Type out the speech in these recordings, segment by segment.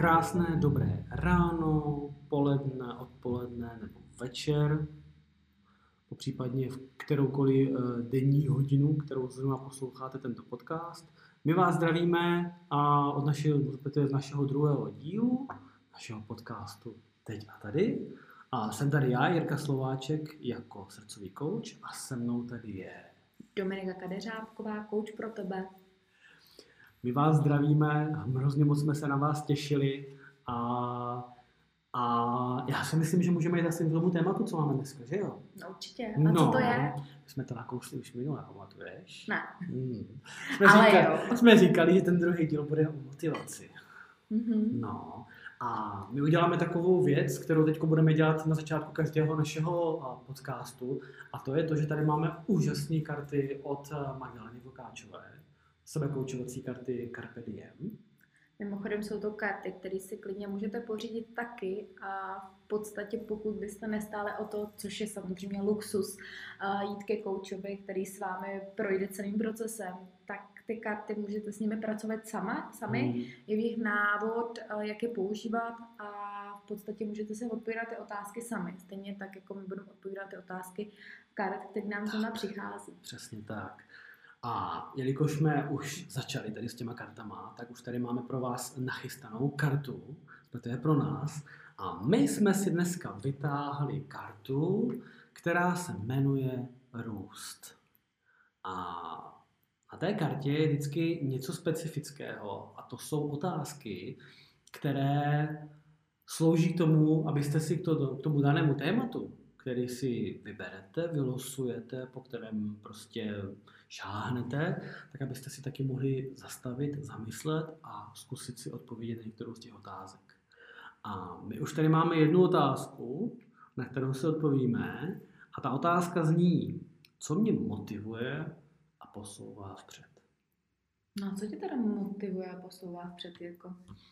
Krásné, dobré ráno, poledne, odpoledne nebo večer, popřípadně v kteroukoliv denní hodinu, kterou zrovna posloucháte tento podcast. My vás zdravíme a z našeho druhého dílu, našeho podcastu Teď a tady. A jsem tady já, Jirka Slováček, jako srdcový kouč a se mnou tady je Dominika Kadeřábková, kouč pro tebe. My vás zdravíme, hrozně moc jsme se na vás těšili a já si myslím, že můžeme jít asi k tomu tématu, co máme dneska, že jo? No určitě. A co to je? My jsme to nakousli už minule, pamatuješ? Ne. Jsme říkali, že ten druhý díl bude o motivaci. Mm-hmm. No a my uděláme takovou věc, kterou teď budeme dělat na začátku každého našeho podcastu, a to je to, že tady máme úžasné karty od Magdaleny Vlkáčové, sebekoučovací karty Carpe Diem. Mimochodem jsou to karty, které si klidně můžete pořídit taky a v podstatě pokud byste nestáli o to, což je samozřejmě luxus, jít ke koučovi, který s vámi projde celým procesem, tak ty karty můžete s nimi pracovat sami. Je v nich návod, jak je používat a v podstatě můžete se odpovídat ty otázky sami. Stejně tak, jako my budeme odpovídat ty otázky karet, které nám zrovna přichází. Přesně tak. A jelikož jsme už začali tady s těma kartama, tak už tady máme pro vás nachystanou kartu, to je pro nás. A my jsme si dneska vytáhli kartu, která se jmenuje Růst. A na té kartě je vždycky něco specifického a to jsou otázky, které slouží tomu, abyste si k tomu danému tématu, který si vyberete, vylosujete, po kterém prostě šáhnete, tak abyste si taky mohli zastavit, zamyslet a zkusit si odpovědět na některou z těch otázek. A my už tady máme jednu otázku, na kterou si odpovíme, a ta otázka zní, co mě motivuje a posouvá vpřed. No a co tě teda motivuje a posouvá vpřed, Jirko?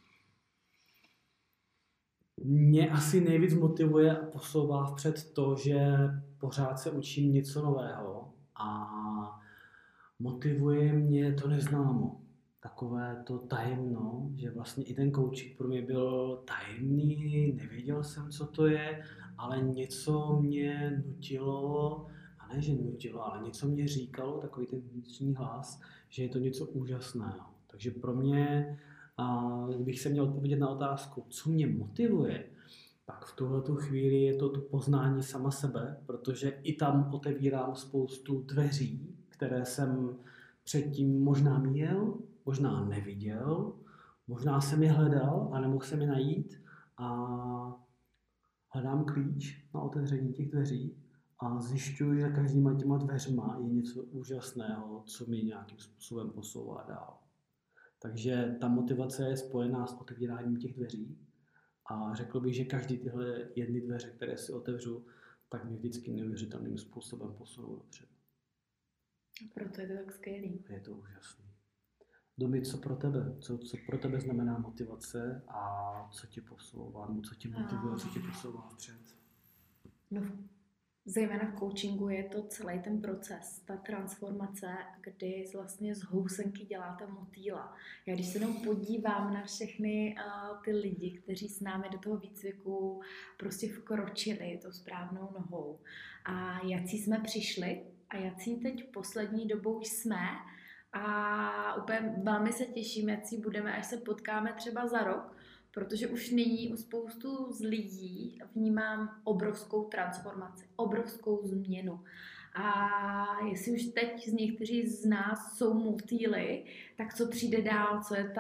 Mě asi nejvíc motivuje a posouvá vpřed to, že pořád se učím něco nového a motivuje mě to neznámo. Takové to tajemno, že vlastně i ten coaching pro mě byl tajemný, nevěděl jsem, co to je, ale něco mě nutilo, a ne, že nutilo, ale něco mě říkalo, takový ten vnitřní hlas, že je to něco úžasného. Takže pro mě, kdybych se měl odpovědět na otázku, co mě motivuje, tak v tuhletu chvíli je to poznání sama sebe, protože i tam otevírám spoustu dveří, které jsem předtím možná měl, možná neviděl, možná jsem je hledal a nemohl jsem je najít a hledám klíč na otevření těch dveří a zjišťuji, že každýma těma dveřma je něco úžasného, co mi nějakým způsobem posouvá dál. Takže ta motivace je spojená s otevíráním těch dveří a řekl bych, že každý tyhle jedny dveře, které si otevřu, tak mě vždycky neuvěřitelným způsobem posunou dopředu. Proto je to tak skvělý. Je to úžasný. Domi, co pro tebe? Co pro tebe znamená motivace a co tě posouvá, nebo co tě motivuje, co tě posouvá vpřed? No, zejména v coachingu je to celý ten proces, ta transformace, kdy vlastně z housenky děláte motýla. Já když se jenom podívám na všechny ty lidi, kteří s námi do toho výcviku prostě vkročili tou správnou nohou a jací jsme přišli a jací teď poslední dobou jsme a úplně velmi se těším, jací budeme, až se potkáme třeba za rok, protože už nyní u spoustu z lidí vnímám obrovskou transformaci, obrovskou změnu. A jestli už teď z někteří z nás jsou motýly, tak co přijde dál, co je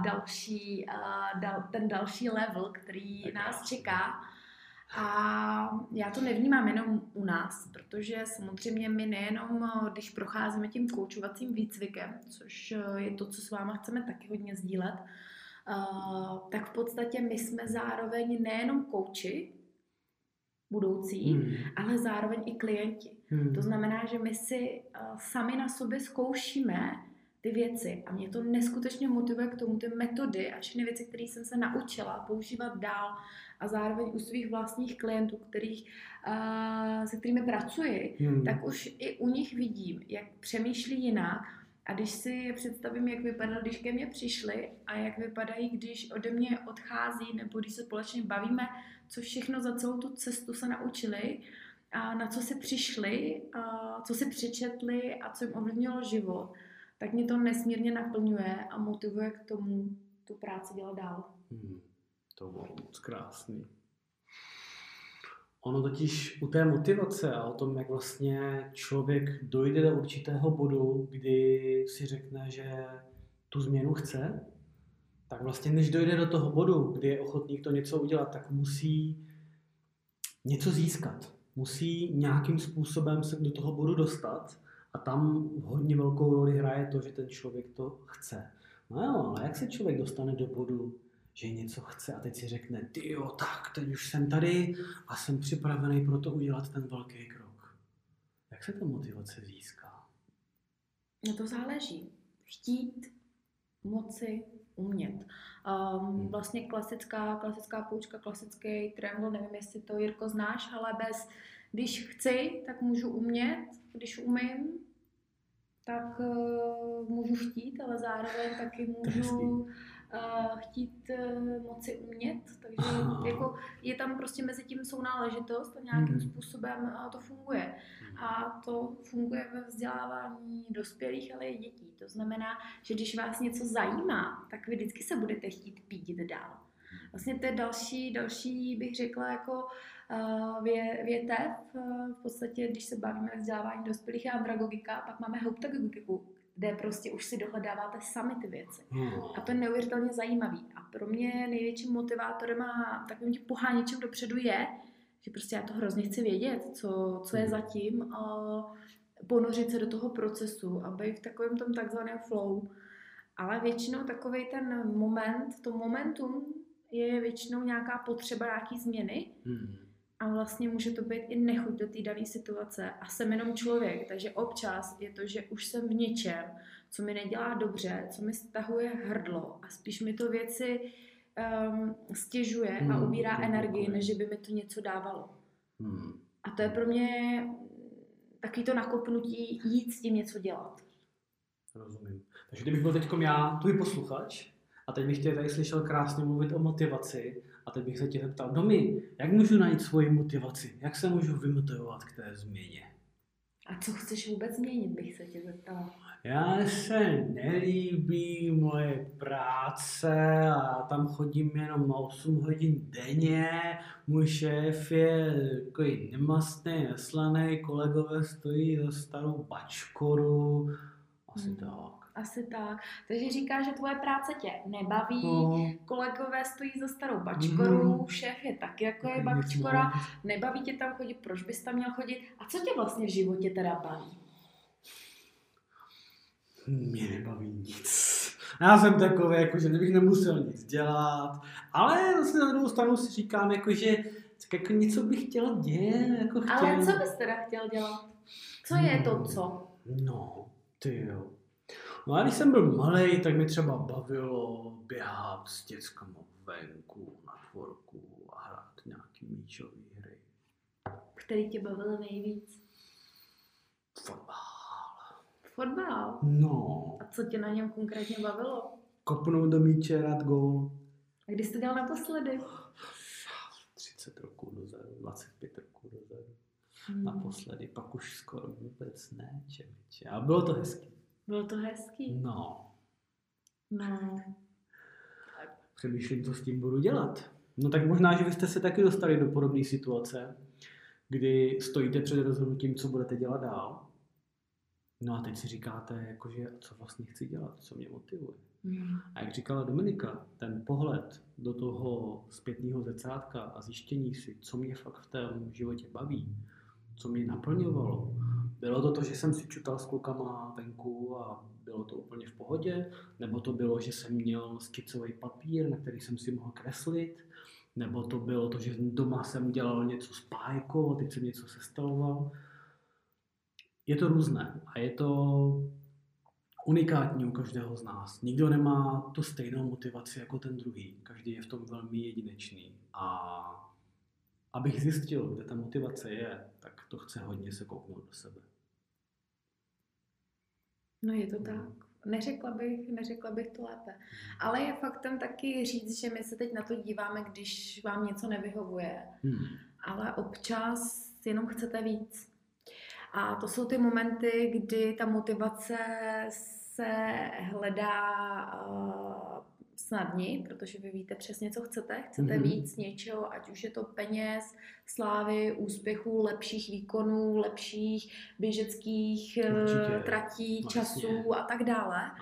ten další level, který nás čeká. A já to nevnímám jenom u nás, protože samozřejmě my nejenom, když procházíme tím koučovacím výcvikem, což je to, co s váma chceme taky hodně sdílet, tak v podstatě my jsme zároveň nejenom kouči budoucí, ale zároveň i klienti. To znamená, že my si sami na sobě zkoušíme ty věci a mě to neskutečně motivuje k tomu ty metody a všechny věci, které jsem se naučila používat dál a zároveň u svých vlastních klientů, se kterými pracuji, tak už i u nich vidím, jak přemýšlí jinak A když si představím, jak vypadali, když ke mně přišli a jak vypadají, když ode mě odchází, nebo když se společně bavíme, co všechno za celou tu cestu se naučili, a na co si přišli, a co si přečetli a co jim ovlivnilo život, tak mě to nesmírně naplňuje a motivuje k tomu tu práci dělat dál. To bylo moc krásný. Ono totiž u té motivace a o tom, jak vlastně člověk dojde do určitého bodu, kdy si řekne, že tu změnu chce, tak vlastně než dojde do toho bodu, kdy je ochotný to něco udělat, tak musí něco získat. Musí nějakým způsobem se do toho bodu dostat a tam hodně velkou roli hraje to, že ten člověk to chce. No jo, ale jak se člověk dostane do bodu, že něco chce a teď si řekne, tyjo, tak teď už jsem tady a jsem připravený pro to udělat ten velký krok. Jak se ta motivace získá? No to záleží. Chtít, moci, umět. Vlastně klasická poučka, klasický triangle, nevím, jestli to, Jirko, znáš, ale když chci, tak můžu umět, když umím, tak můžu chtít, ale zároveň taky můžu chtít moci umět, takže jako je tam prostě mezi tím sounáležitost a nějakým způsobem to funguje. A to funguje ve vzdělávání dospělých, ale i dětí. To znamená, že když vás něco zajímá, tak vy vždycky se budete chtít pídit dál. Vlastně to je další bych řekla, jako větev. V podstatě, když se bavíme o vzdělávání dospělých, je andragogika, pak máme hoptagogiku, kde prostě už si dohledáváte sami ty věci. A to je neuvěřitelně zajímavý. A pro mě největším motivátorem a takovým tím poháněčem dopředu je, že prostě já to hrozně chci vědět, co je zatím, a ponořit se do toho procesu a být v takovém tom takzvaném flow. Ale většinou takovej ten moment, to momentum je většinou nějaká potřeba nějaký změny. A vlastně může to být i nechuť do té dané situace. A jsem jenom člověk, takže občas je to, že už jsem v něčem, co mi nedělá dobře, co mi stahuje hrdlo a spíš mi to věci stěžuje a ubírá energii, než by mi to něco dávalo. A to je pro mě takový to nakopnutí jít s tím něco dělat. Rozumím. Takže kdybych byl teďkom já, tvůj posluchač, a teď bych tě tady slyšel krásně mluvit o motivaci, a teď bych se tě zeptal, Domi, jak můžu najít svoji motivaci? Jak se můžu vymotivovat k té změně? A co chceš vůbec změnit, bych se tě zeptala. Já se nelíbí moje práce a tam chodím jenom na 8 hodin denně. Můj šéf je takový nemastný, neslaný, kolegové stojí za starou bačkoru. Asi tak. Takže říkáš, že tvoje práce tě nebaví, kolegové stojí za starou bačkoru, šéf je taky jako je bačkora, nebaví tě tam chodit, proč bys tam měl chodit? A co tě vlastně v životě teda baví? Mě nebaví nic. Já jsem takový, jako, že bych nemusel nic dělat, ale vlastně na druhou stranu si říkám, jako, že jako něco bych chtěl dělat. Jako ale co bys teda chtěl dělat? Co je to co? No, tyjo. No a když jsem byl malej, tak mi třeba bavilo běhat s dětskama venku, na dvorku a hrát nějaký míčový hry. Který tě bavil nejvíc? Fotbal? No. A co tě na něm konkrétně bavilo? Kopnout do míče, rád gól. A kdy jsi to dělal naposledy? 30 roků dozadu, 25 roků dozadu. Naposledy, pak už skoro vůbec ne, čeviče. A bylo to hezký. Bylo to hezký? No. Přemýšlím, co s tím budu dělat. No tak možná, že vy jste se taky dostali do podobné situace, kdy stojíte před rozhodnutím, co budete dělat dál. No a teď si říkáte, jakože, co vlastně chci dělat, co mě motivuje. A jak říkala Dominika, ten pohled do toho zpětného zrcátka a zjištění si, co mě fakt v tom životě baví, co mě naplňovalo. Bylo to, že jsem si čutal s klukama venku a bylo to úplně v pohodě, nebo to bylo, že jsem měl skicový papír, na který jsem si mohl kreslit, nebo to bylo to, že doma jsem dělal něco s pájkou a teď jsem něco sestavoval. Je to různé a je to unikátní u každého z nás. Nikdo nemá tu stejnou motivaci jako ten druhý. Každý je v tom velmi jedinečný. A abych zjistil, kde ta motivace je, tak to chce hodně se kouknout do sebe. No je to tak. Neřekla bych to lépe. Ale je faktem taky říct, že my se teď na to díváme, když vám něco nevyhovuje. Ale občas jenom chcete víc. A to jsou ty momenty, kdy ta motivace se hledá snadněji, protože vy víte přesně, co chcete. Chcete víc něčeho, ať už je to peněz, slávy, úspěchů, lepších výkonů, lepších běžeckých tratí, časů a tak dále.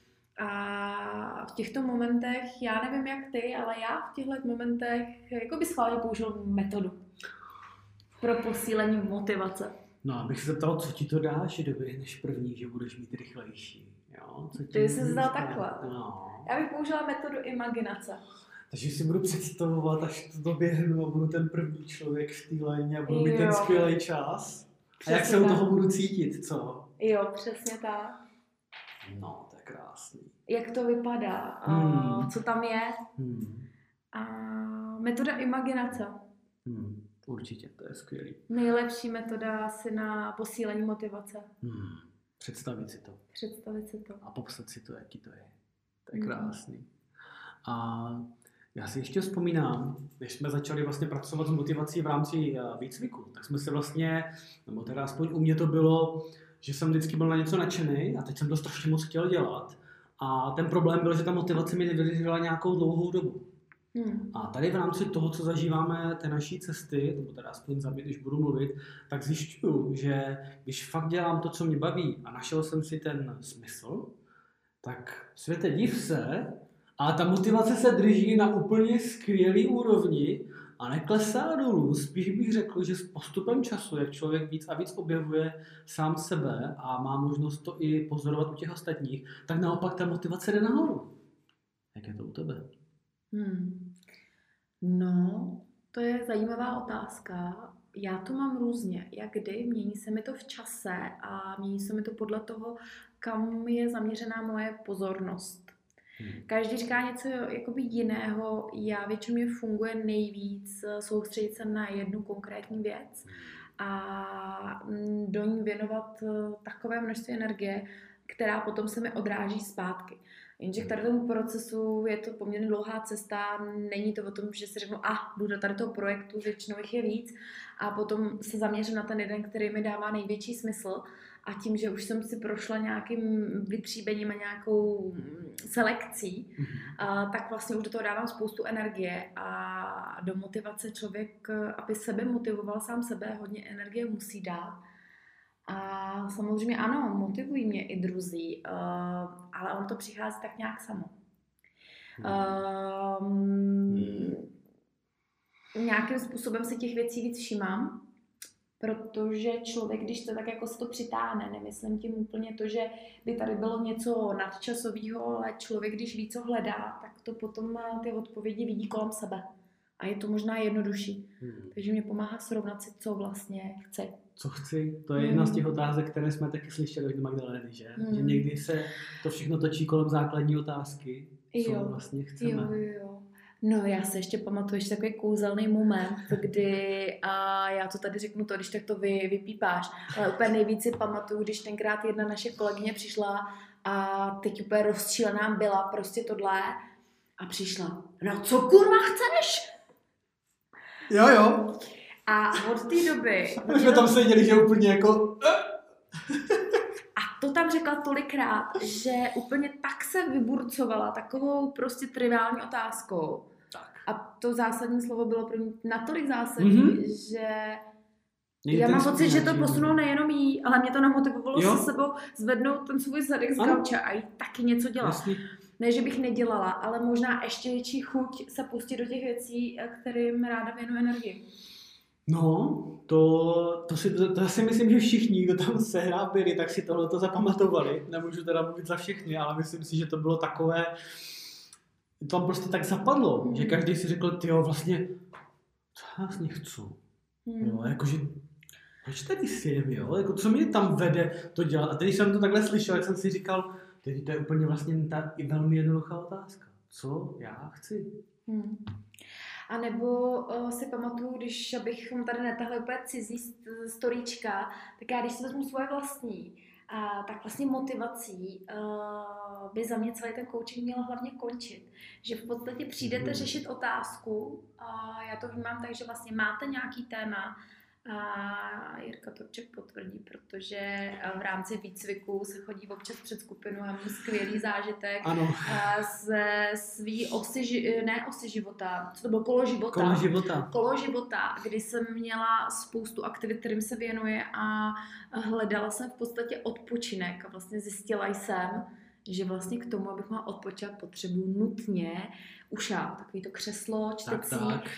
A v těchto momentech, já nevím jak ty, ale já v těchto momentech jako by schválně použil metodu pro posílení motivace. No, abych se zeptal, co ti to dá, že doběhneš první, že budeš mít rychlejší. Jo? Ty jsi zdal takhle. No. Já bych použila metodu imaginace. Takže si budu představovat, až to doběhnu a budu ten první člověk v té léně a budu mít ten skvělý čas. Přesně a jak se u toho budu cítit, co? Jo, přesně tak. No, to je krásný. Jak to vypadá, co tam je. A metoda imaginace. Určitě, to je skvělý. Nejlepší metoda asi na posílení motivace. Představit si to. A popsat si to, jaký to je. To je krásný. A já si ještě vzpomínám, když jsme začali vlastně pracovat s motivací v rámci výcviku, tak jsme se vlastně, nebo teda aspoň u mě to bylo, že jsem vždycky byl na něco nadšený a teď jsem to strašně moc chtěl dělat. A ten problém byl, že ta motivace mi nevydržela nějakou dlouhou dobu. A tady v rámci toho, co zažíváme té naší cesty, nebo teda aspoň za mě, když budu mluvit, tak zjišťuju, že když fakt dělám to, co mě baví a našel jsem si ten smysl, tak světe div se, a ta motivace se drží na úplně skvělý úrovni a neklesá dolů. Spíš bych řekl, že s postupem času, jak člověk víc a víc objevuje sám sebe a má možnost to i pozorovat u těch ostatních, tak naopak ta motivace jde nahoru. Jak je to u tebe? No, to je zajímavá otázka. Já to mám různě. Jak kdy, mění se mi to v čase a mění se mi to podle toho, kam je zaměřená moje pozornost. Každý říká něco jakoby jiného. Já většinou mě funguje nejvíc soustředit se na jednu konkrétní věc a do ní věnovat takové množství energie, která potom se mi odráží zpátky. Jenže k tady tomu procesu je to poměrně dlouhá cesta, není to o tom, že si řeknu, jdu do tady toho projektu, většinou jich je víc a potom se zaměřím na ten jeden, který mi dává největší smysl a tím, že už jsem si prošla nějakým vytříbením a nějakou selekcí, tak vlastně už do toho dávám spoustu energie a do motivace člověk, aby sebe motivoval sám sebe, hodně energie musí dát. A samozřejmě ano, motivují mě i druzí, ale on to přichází tak nějak samo. Nějakým způsobem si těch věcí víc všímám, protože člověk, když to tak jako se to přitáhne, nemyslím tím úplně to, že by tady bylo něco nadčasového, ale člověk, když ví, co hledá, tak to potom ty odpovědi vidí kolem sebe. A je to možná jednodušší. Takže mě pomáhá srovnat si, co vlastně chci. Co chci? To je jedna z těch otázek, které jsme taky slyšeli od Magdaleny, že? Že někdy se to všechno točí kolem základní otázky, co vlastně chceme. Jo. No já se ještě pamatuju ještě takový kouzelný moment, kdy, a já to tady řeknu to, když tak to vypípáš, ale úplně nejvíc si pamatuju, když tenkrát jedna naše kolegyně přišla a teď úplně rozčílená byla prostě tohle a přišla, no co kurva chceš? Jo. A od té doby... My jsme tam seděli, že úplně jako... A to tam řekla tolikrát, že úplně tak se vyburcovala takovou prostě triviální otázkou. Tak. A to zásadní slovo bylo pro mě natolik zásadní, že... Já mám pocit, že to posunulo nejenom jí, ale mě to namotivovalo se sebou zvednout ten svůj zadek z gauče a jí taky něco dělat. Jasný. Ne, že bych nedělala, ale možná ještě větší chuť se pustit do těch věcí, kterým ráda věnuji energii. No, to si myslím, že všichni, kdo tam byli, tak si tohleto zapamatovali. Nemůžu teda mluvit za všechny, ale myslím si, že to bylo takové, to tam prostě tak zapadlo, že každý si řekl, tyjo, vlastně, co já vlastně chci. Jo, jakože, proč tady jsem, jo, jako co mě tam vede to dělat. A teď, když jsem to takhle slyšel, jak jsem si říkal, teď to je úplně vlastně ta velmi jednoduchá otázka. Co já chci? A nebo si pamatuju, bychom tady netahli úplně cizí storíčka, tak já když si vezmu svoje vlastní tak vlastně motivací by za mě celý ten coaching měl hlavně končit. Že v podstatě přijdete řešit otázku a já to vnímám tak, že vlastně máte nějaký téma, a Jirka Turček potvrdí, protože v rámci výcviku se chodí občas před skupinu a mám skvělý zážitek ze svý osy života, co to bylo, kolo života, kdy jsem měla spoustu aktivit, kterým se věnuje a hledala jsem v podstatě odpočinek a vlastně zjistila jsem, že vlastně k tomu, abych mohla odpočat, potřebuji nutně ušát, takový to křeslo čtecí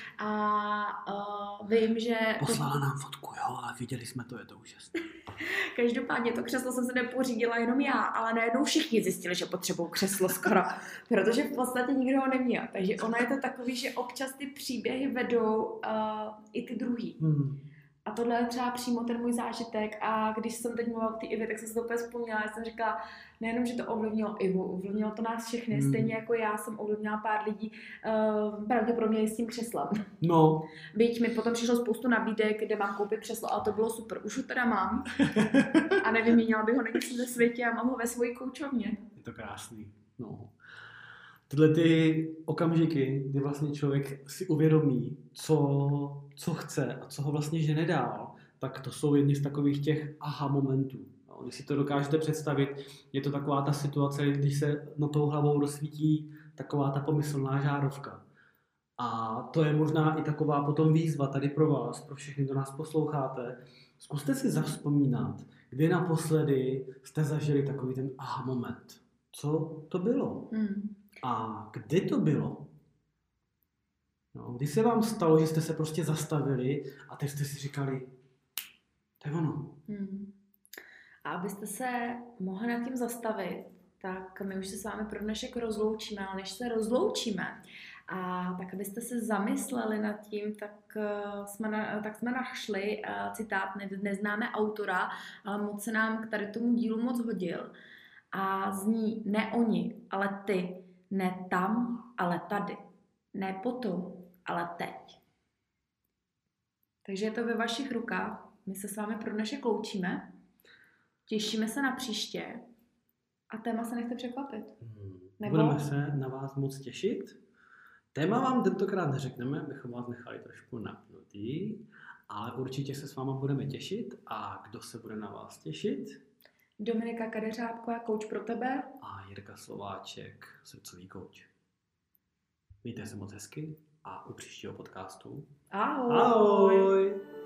a vím, že... Poslala nám fotku, jo, ale viděli jsme to, je to úžasné. Každopádně to křeslo jsem se nepořídila jenom já, ale najednou všichni zjistili, že potřebují křeslo skoro, protože v podstatě nikdo ho neměl. Takže ono je to takový, že občas ty příběhy vedou i ty druhý. A tohle je třeba přímo ten můj zážitek a když jsem teď mluvila o té Ivě, tak jsem se to úplně vzpomněla. Já jsem říkala, nejenom, že to ovlivnilo Ivu, ovlivnilo to nás všechny, stejně jako já jsem ovlivnila pár lidí, pravděpodobně i s tím křeslem. No. Byť mi potom přišlo spoustu nabídek, kde mám koupit křeslo, a to bylo super. Už ho teda mám a nevyměnila bych ho někde ve světě a mám ho ve svojí koučovně. Je to krásný, no. Tyhle ty okamžiky, kdy vlastně člověk si uvědomí, co chce a co ho vlastně žene dál, tak to jsou jedny z takových těch aha momentů. Když si to dokážete představit, je to taková ta situace, když se na tou hlavou rozsvítí taková ta pomyslná žárovka. A to je možná i taková potom výzva tady pro vás, pro všechny, kdo nás posloucháte. Zkuste si zavzpomínat, kdy naposledy jste zažili takový ten aha moment. Co to bylo? A kdy to bylo? No, kdy se vám stalo, že jste se prostě zastavili a teď jste si říkali, to je ono. A abyste se mohli nad tím zastavit, tak my už se s vámi pro dnešek rozloučíme, ale než se rozloučíme, tak abyste se zamysleli nad tím, tak jsme našli citát, neznáme autora, ale moc se nám k tady tomu dílu moc hodil. A zní ne oni, ale ty, ne tam, ale tady, ne potom, ale teď. Takže je to ve vašich rukách, my se s vámi pro dnešek loučíme, těšíme se na příště a téma se nechte překvapit. Budeme se na vás moc těšit. Téma vám tentokrát neřekneme, bychom vás nechali trošku napnutý, ale určitě se s váma budeme těšit. A kdo se bude na vás těšit? Dominika Kadeřábková, kouč pro tebe. A Jirka Slováček, srdcový kouč. Mějte se moc hezky a u příštího podcastu. Ahoj! Ahoj!